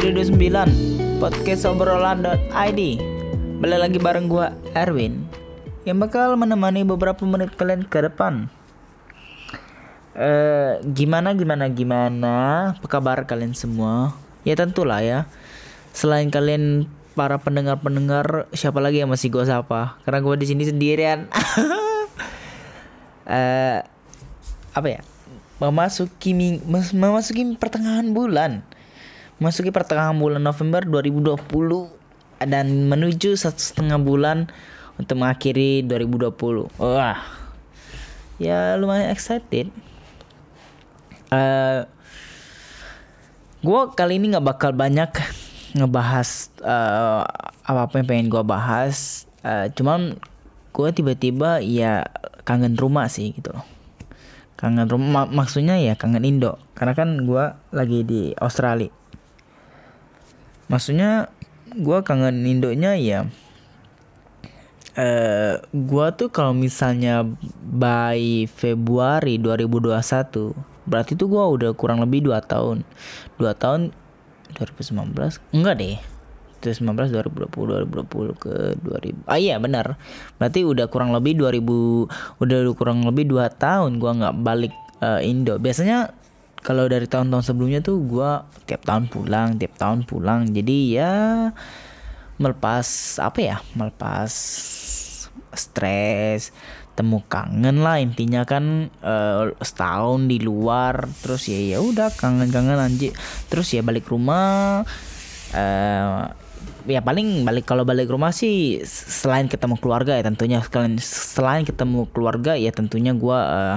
episode 29 podcast obrolan.id. Balik lagi bareng gua Erwin yang bakal menemani beberapa menit kalian ke depan. Gimana apa kabar kalian semua? Ya tentulah ya. Selain kalian para pendengar, siapa lagi yang masih gua sapa? Karena gua di sini sendirian. Apa ya? Memasuki pertengahan bulan. Memasuki pertengahan bulan November 2020 dan menuju 1,5 bulan untuk mengakhiri 2020. Wah. Ya lumayan excited. Gue kali ini nggak bakal banyak ngebahas apa yang pengen gue bahas. Cuman gue tiba-tiba ya kangen rumah sih gitu loh. Kangen rumah maksudnya ya kangen Indo. Karena kan gue lagi di Australia. Maksudnya gue kangen Indonya ya. Gue tuh kalau misalnya by Februari 2021 berarti tuh gue udah kurang lebih 2 tahun 2019 enggak deh 2019 2020 ke 2000 iya benar berarti udah kurang lebih 2 tahun gue nggak balik Indo. Biasanya kalau dari tahun-tahun sebelumnya tuh gue tiap tahun pulang jadi ya melepas stres, temu kangen lah intinya kan. Setahun di luar terus ya udah kangen anjir. Terus ya balik rumah ya paling balik rumah sih selain ketemu keluarga ya tentunya selain ketemu keluarga ya tentunya gue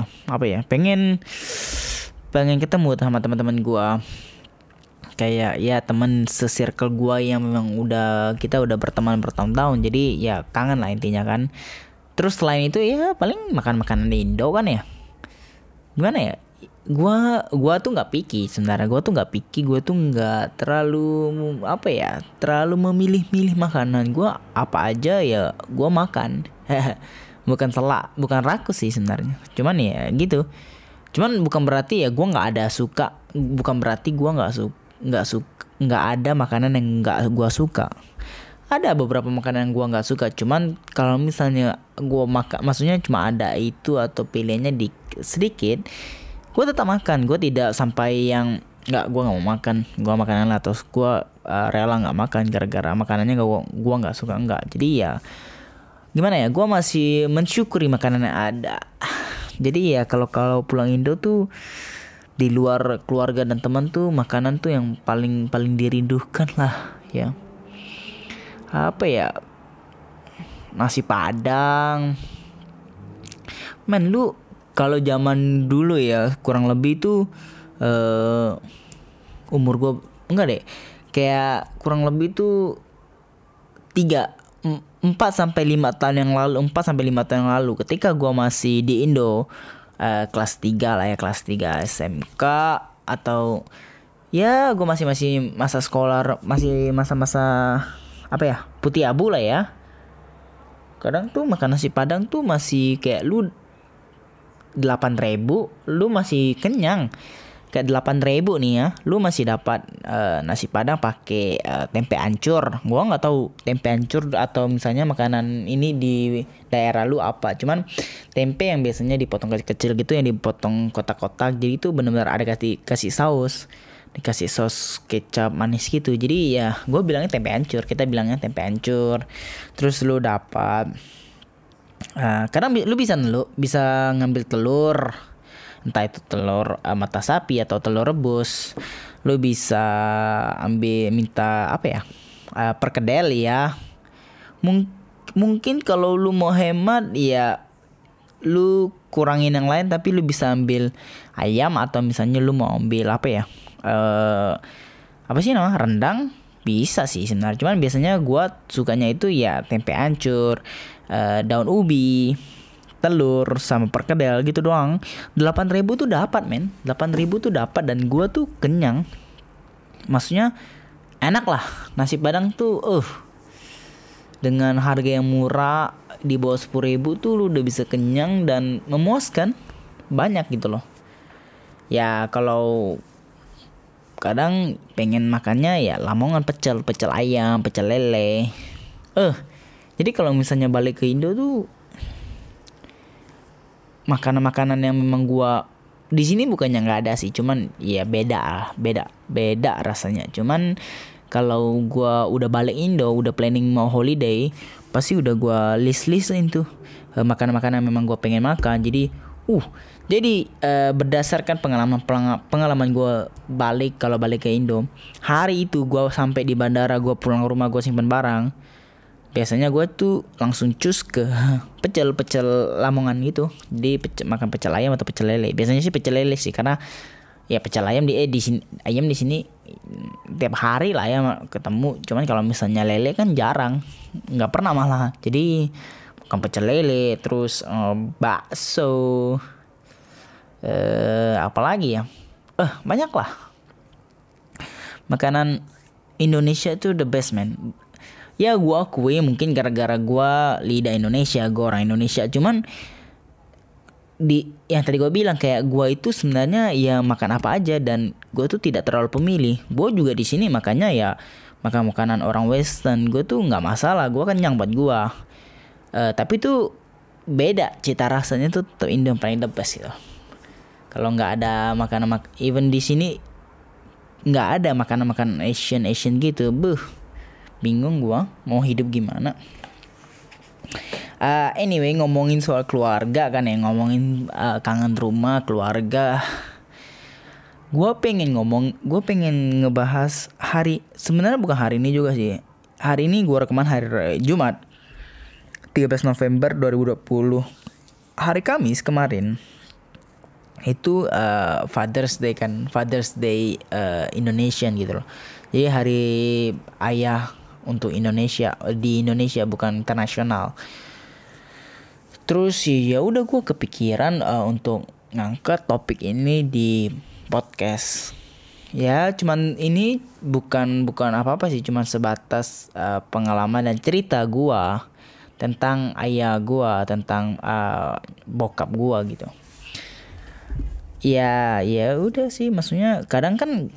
pengen ketemu sama teman-teman gue, kayak ya teman se-circle gue yang memang kita udah berteman bertahun-tahun. Jadi ya kangen lah intinya kan. Terus selain itu ya paling makan makanan di Indo kan ya. Gimana ya? Gua tuh nggak picky sebenarnya. Gue tuh nggak terlalu memilih-milih makanan. Gue apa aja ya gue makan. Bukan rakus sih sebenarnya. Cuman ya gitu. Cuman bukan berarti ya gue nggak ada suka. Bukan berarti gue nggak ada makanan yang nggak gue suka. Ada beberapa makanan yang gue nggak suka. Cuman kalau misalnya gue makan, maksudnya cuma ada itu atau pilihannya sedikit, gue tetap makan. Gue tidak sampai yang gue nggak mau makan. Gue makanan lah terus gue rela nggak makan gara-gara makanannya gue nggak suka. Enggak. Jadi ya gimana ya? Gue masih mensyukuri makanan yang ada. Jadi ya kalau pulang Indo tuh di luar keluarga dan teman tuh makanan tuh yang paling dirindukan lah ya. Apa ya? Nasi Padang. Men lu kalau zaman dulu ya kurang lebih tuh umur gue enggak deh. Kayak kurang lebih tuh 4 sampai 5 tahun yang lalu ketika gue masih di Indo, kelas 3 lah ya, kelas 3 SMK atau ya gue masih masa sekolah, masih masa-masa putih abu lah ya. Kadang tuh makan nasi Padang tuh masih kayak lu 8.000 lu masih kenyang. Kayak 8.000 nih ya, lu masih dapat nasi Padang pakai tempe ancur. Gua nggak tahu tempe ancur atau misalnya makanan ini di daerah lu apa. Cuman tempe yang biasanya dipotong kecil-kecil gitu, yang dipotong kotak-kotak. Jadi itu benar-benar ada kasih saus, dikasih saus kecap manis gitu. Jadi ya gue bilangnya tempe ancur, kita bilangnya tempe ancur. Terus lu dapat kadang lu bisa ngambil telur. Entah itu telur mata sapi atau telur rebus. Lu bisa minta perkedel ya. Mungkin kalau lu mau hemat ya lu kurangin yang lain, tapi lu bisa ambil ayam atau misalnya lu mau ambil rendang bisa sih sebenarnya. Cuman biasanya gua sukanya itu ya tempe ancur, daun ubi, telur sama perkedel gitu doang. 8.000 tuh dapat men. 8.000 tuh dapat dan gua tuh kenyang. Maksudnya enak lah. Nasi Padang tuh dengan harga yang murah di bawah 10.000 tuh lu udah bisa kenyang dan memuaskan banyak gitu loh. Ya kalau kadang pengen makannya ya Lamongan pecel ayam, pecel lele. Jadi kalau misalnya balik ke Indo tuh makanan-makanan yang memang gua di sini bukannya nggak ada sih, cuman ya beda rasanya. Cuman kalau gua udah balik Indo, udah planning mau holiday, pasti udah gua listin tuh makanan-makanan yang memang gua pengen makan. Jadi berdasarkan pengalaman gua kalau balik ke Indo, hari itu gua sampai di bandara, gua pulang ke rumah, gua simpen barang. Biasanya gue tuh langsung cus ke pecel Lamongan gitu. Jadi makan pecel ayam atau pecel lele. Biasanya sih pecel lele sih, karena ya pecel ayam di sini, ayam di sini tiap hari lah ya ketemu. Cuman kalau misalnya lele kan jarang, nggak pernah malah. Jadi makan pecel lele, terus bakso, apalagi ya, banyak lah. Makanan Indonesia itu the best, man. Ya gue akui mungkin gara-gara gue lidah Indonesia, gue orang Indonesia. Cuman yang tadi gue bilang, kayak gue itu sebenarnya ya makan apa aja, dan gue tuh tidak terlalu pemilih. Gue juga di sini makanya ya makan makanan orang Western, gue tuh nggak masalah, gue kenyang buat gue. Tapi tuh beda cita rasanya tuh Indo yang paling the best gitu. Kalau nggak ada makanan even di sini nggak ada makanan Asian gitu, bingung gua mau hidup gimana. Anyway, ngomongin soal keluarga kan ya, ngomongin kangen rumah, keluarga. Gua pengen ngebahas sebenarnya bukan hari ini juga sih. Hari ini gua rekaman hari Jumat 13 November 2020. Hari Kamis kemarin itu Father's Day kan, Father's Day Indonesian gitu loh. Jadi hari ayah untuk Indonesia, di Indonesia, bukan internasional. Terus ya udah gue kepikiran untuk ngangkat topik ini di podcast. Ya cuman ini bukan apa-apa sih, cuman sebatas pengalaman dan cerita gue tentang ayah gue, tentang bokap gue gitu. Ya udah sih, maksudnya kadang kan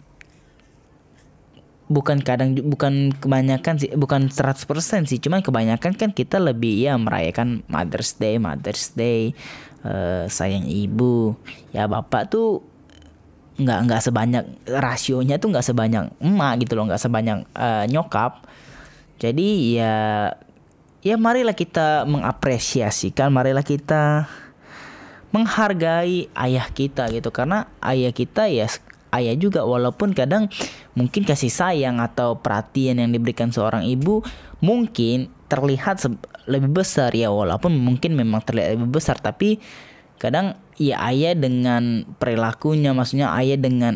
bukan kebanyakan sih, bukan 100% sih, cuman kebanyakan kan kita lebih ya merayakan Mother's Day, sayang ibu. Ya bapak tuh nggak sebanyak, rasionya tuh nggak sebanyak emak gitu loh, nggak sebanyak nyokap. Jadi ya marilah kita mengapresiasikan, marilah kita menghargai ayah kita gitu, karena ayah kita ya ayah juga, walaupun kadang mungkin kasih sayang atau perhatian yang diberikan seorang ibu mungkin terlihat lebih besar ya, walaupun mungkin memang terlihat lebih besar, tapi kadang ya ayah dengan perilakunya, maksudnya ayah dengan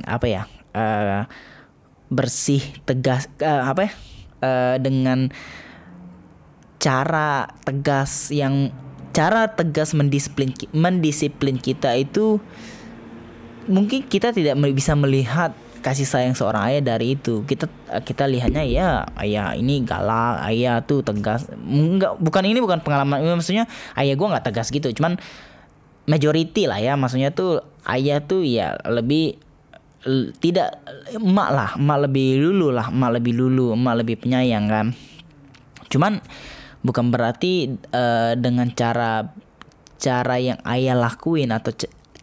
bersih, tegas, dengan cara tegas mendisiplin kita itu. Mungkin kita tidak bisa melihat kasih sayang seorang ayah dari itu. Kita lihatnya ya ayah ini galak, ayah tuh tegas. Bukan pengalaman, maksudnya ayah gue nggak tegas gitu, cuman majority lah ya, maksudnya tuh ayah tuh ya lebih tidak, emak lebih lulu, emak lebih penyayang kan. Cuman bukan berarti dengan cara yang ayah lakuin atau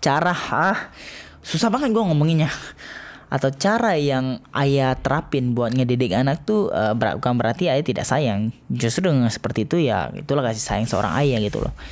susah banget gue ngomonginnya, atau cara yang ayah terapin buat ngedidik anak tuh bukan berarti ayah tidak sayang. Justru dengan seperti itu ya itulah kasih sayang seorang ayah gitu loh.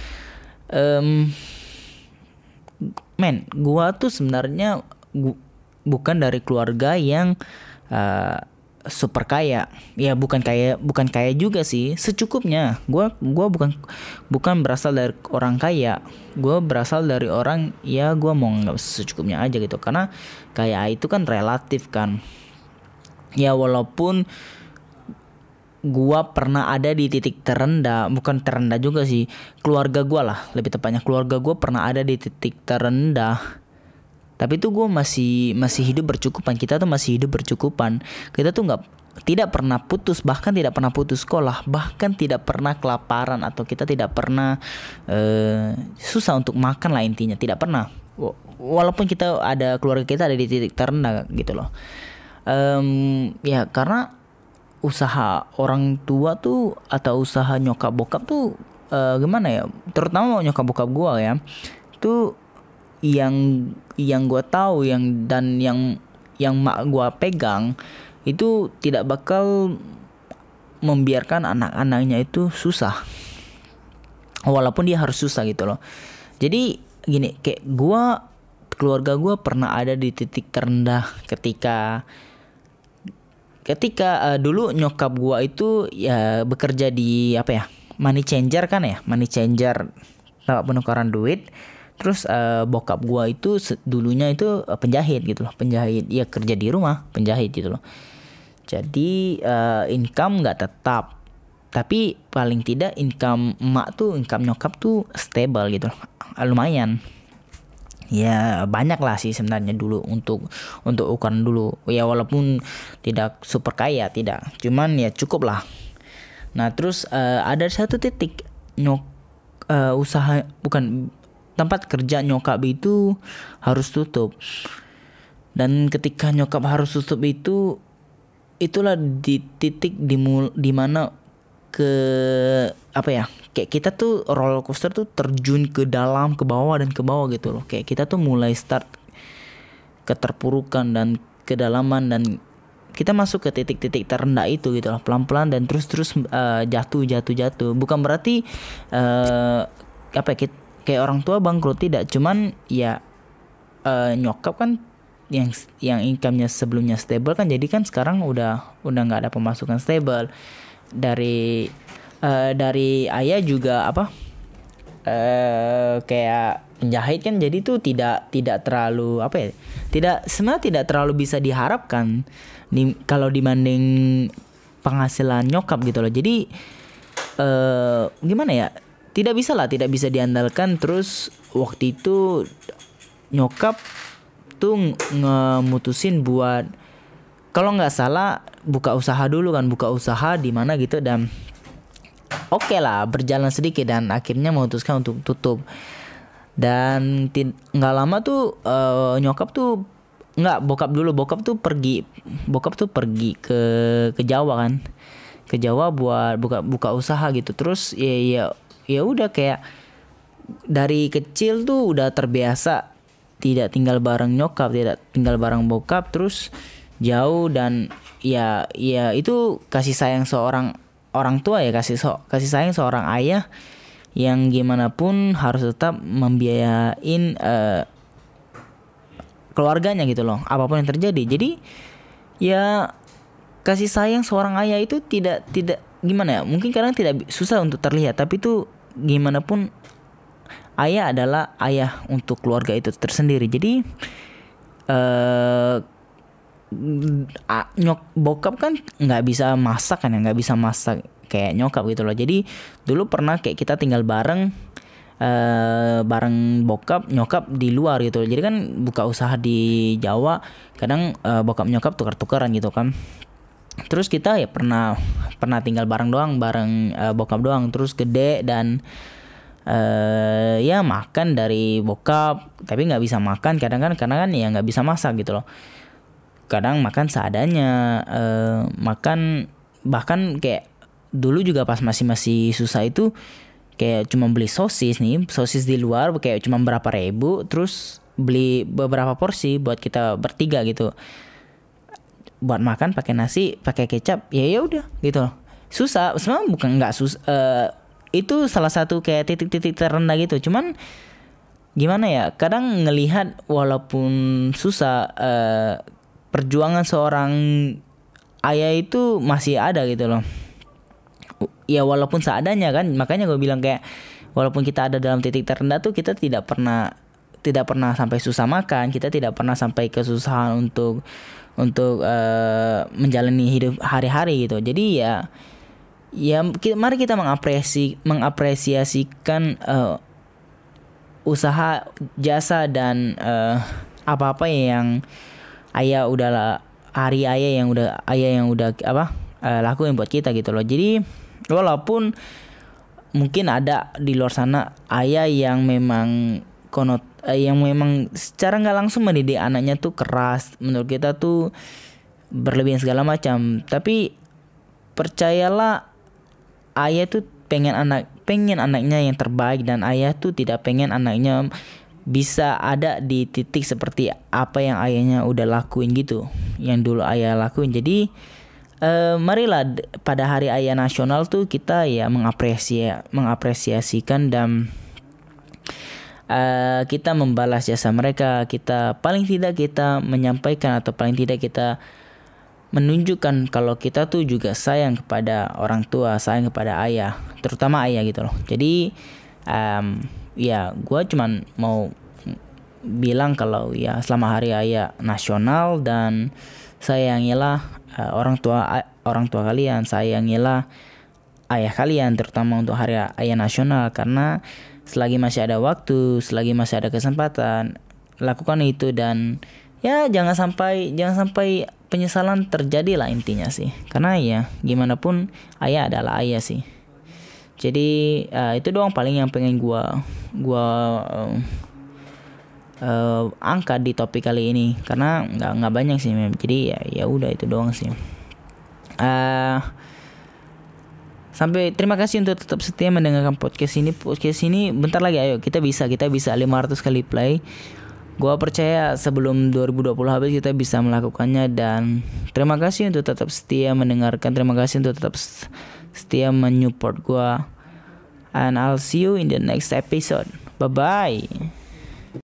Gue tuh sebenarnya bukan dari keluarga yang super kaya. Ya bukan kaya juga sih, secukupnya. Gue bukan berasal dari orang kaya. Gue berasal dari orang, ya gue mau nggak secukupnya aja gitu, karena kaya itu kan relatif kan. Ya walaupun gue pernah ada di titik terendah, bukan terendah juga sih, keluarga gue lah, lebih tepatnya keluarga gue pernah ada di titik terendah. Tapi tuh gue masih hidup bercukupan. Kita tuh masih hidup bercukupan. Kita tuh tidak pernah putus, bahkan tidak pernah putus sekolah, bahkan tidak pernah kelaparan, atau kita tidak pernah susah untuk makan lah, intinya tidak pernah. Walaupun kita ada, keluarga kita ada di titik terendah gitu loh. Ya karena usaha orang tua tuh atau usaha nyokap bokap tuh gimana ya, terutama nyokap bokap gua ya, tuh yang gua tahu yang mak gua pegang itu tidak bakal membiarkan anak-anaknya itu susah, walaupun dia harus susah gitu loh. Jadi gini, kayak keluarga gua pernah ada di titik terendah ketika dulu nyokap gua itu ya bekerja di apa ya, money changer kan ya, money changer, tempat penukaran duit. Terus bokap gua itu dulunya itu penjahit gitu loh, penjahit ya, kerja di rumah penjahit gitu loh. Jadi income nggak tetap, tapi paling tidak income nyokap tuh stable gitu loh, lumayan. Ya banyak lah sih sebenarnya dulu untuk ukuran dulu ya, walaupun tidak super kaya, tidak, cuman ya cukup lah. Nah terus ada satu titik usaha, bukan, tempat kerja nyokap itu harus tutup. Dan ketika nyokap harus tutup itulah di titik di mana ke apa ya, kayak kita tuh roller coaster tuh terjun ke dalam, ke bawah dan ke bawah gitu loh. Kayak kita tuh mulai start keterpurukan dan kedalaman, dan kita masuk ke titik-titik terendah itu gitu loh, pelan-pelan dan terus jatuh. Bukan berarti apa ya, kayak orang tua bangkrut, tidak, cuman ya nyokap kan yang income-nya sebelumnya stable kan, jadi kan sekarang udah nggak ada pemasukan stable dari ayah juga apa, kayak penjahit kan, jadi tuh tidak terlalu apa ya, sebenarnya tidak terlalu bisa diharapkan kalau dibanding penghasilan nyokap gitu loh. Jadi gimana ya, tidak bisa diandalkan. Terus waktu itu nyokap tuh ngemutusin buat, kalau nggak salah, buka usaha di mana gitu, dan oke lah, berjalan sedikit dan akhirnya memutuskan untuk tutup. Dan nggak lama tuh nyokap tuh bokap tuh pergi ke Jawa kan, ke Jawa buat buka usaha gitu. Terus ya udah, kayak dari kecil tuh udah terbiasa tidak tinggal bareng nyokap, tidak tinggal bareng bokap, terus jauh. Dan ya itu kasih sayang seorang orang tua ya, kasih sayang seorang ayah yang gimana pun harus tetap membiayain keluarganya gitu loh, apapun yang terjadi. Jadi ya kasih sayang seorang ayah itu tidak gimana ya, mungkin kadang susah untuk terlihat, tapi itu gimana pun ayah adalah ayah untuk keluarga itu tersendiri. Jadi bokap kan nggak bisa masak kayak nyokap gitu loh. Jadi dulu pernah kayak kita tinggal bareng bokap nyokap di luar gitu. Jadi kan buka usaha di Jawa, kadang bokap nyokap tukar-tukaran gitu kan. Terus kita ya pernah tinggal bareng bokap doang. Terus gede dan ya makan dari bokap, tapi nggak bisa makan kadang kan, karena kan ya nggak bisa masak gitu loh. Kadang makan seadanya, makan bahkan kayak dulu juga pas masih susah itu, kayak cuma beli sosis di luar, kayak cuma berapa ribu, terus beli beberapa porsi buat kita bertiga gitu, buat makan pakai nasi, pakai kecap, ya udah gitu loh. Susah sebenarnya, bukan nggak susah, itu salah satu kayak titik-titik terendah gitu. Cuman gimana ya, kadang ngelihat walaupun susah, perjuangan seorang ayah itu masih ada gitu loh. Ya walaupun seadanya kan, makanya gue bilang kayak walaupun kita ada dalam titik terendah tuh, kita tidak pernah sampai susah makan, kita tidak pernah sampai kesusahan untuk menjalani hidup hari-hari gitu. Jadi ya mari kita mengapresiasikan usaha, jasa, dan apa-apa yang ayah yang udah lakuin buat kita gitu loh. Jadi walaupun mungkin ada di luar sana ayah yang memang secara nggak langsung mendidik anaknya tuh keras, menurut kita tuh berlebihan segala macam. Tapi percayalah, ayah tuh pengen anaknya yang terbaik, dan ayah tuh tidak pengen anaknya bisa ada di titik seperti apa yang ayahnya udah lakuin gitu, yang dulu ayah lakuin. Jadi marilah pada hari ayah nasional tuh kita ya mengapresiasikan dan kita membalas jasa mereka. Kita paling tidak kita menyampaikan, atau paling tidak kita menunjukkan kalau kita tuh juga sayang kepada orang tua, sayang kepada ayah, terutama ayah gitu loh. Jadi ya gue cuman mau bilang kalau ya selama hari ayah nasional, dan sayangilah orang tua kalian, sayangilah ayah kalian, terutama untuk hari ayah nasional. Karena selagi masih ada waktu, selagi masih ada kesempatan, lakukan itu. Dan ya jangan sampai penyesalan terjadi lah intinya sih. Karena ya gimana pun ayah adalah ayah sih. Jadi itu doang paling yang pengen gua angkat di topik kali ini, karena nggak banyak sih jadi ya udah itu doang sih. Sampai terima kasih untuk tetap setia mendengarkan podcast ini bentar lagi ayo kita bisa 500 kali play. Gua percaya sebelum 2020 habis kita bisa melakukannya. Dan terima kasih untuk tetap setia mendengarkan, terima kasih untuk tetap setia menyupport gua, and I'll see you in the next episode. Bye bye.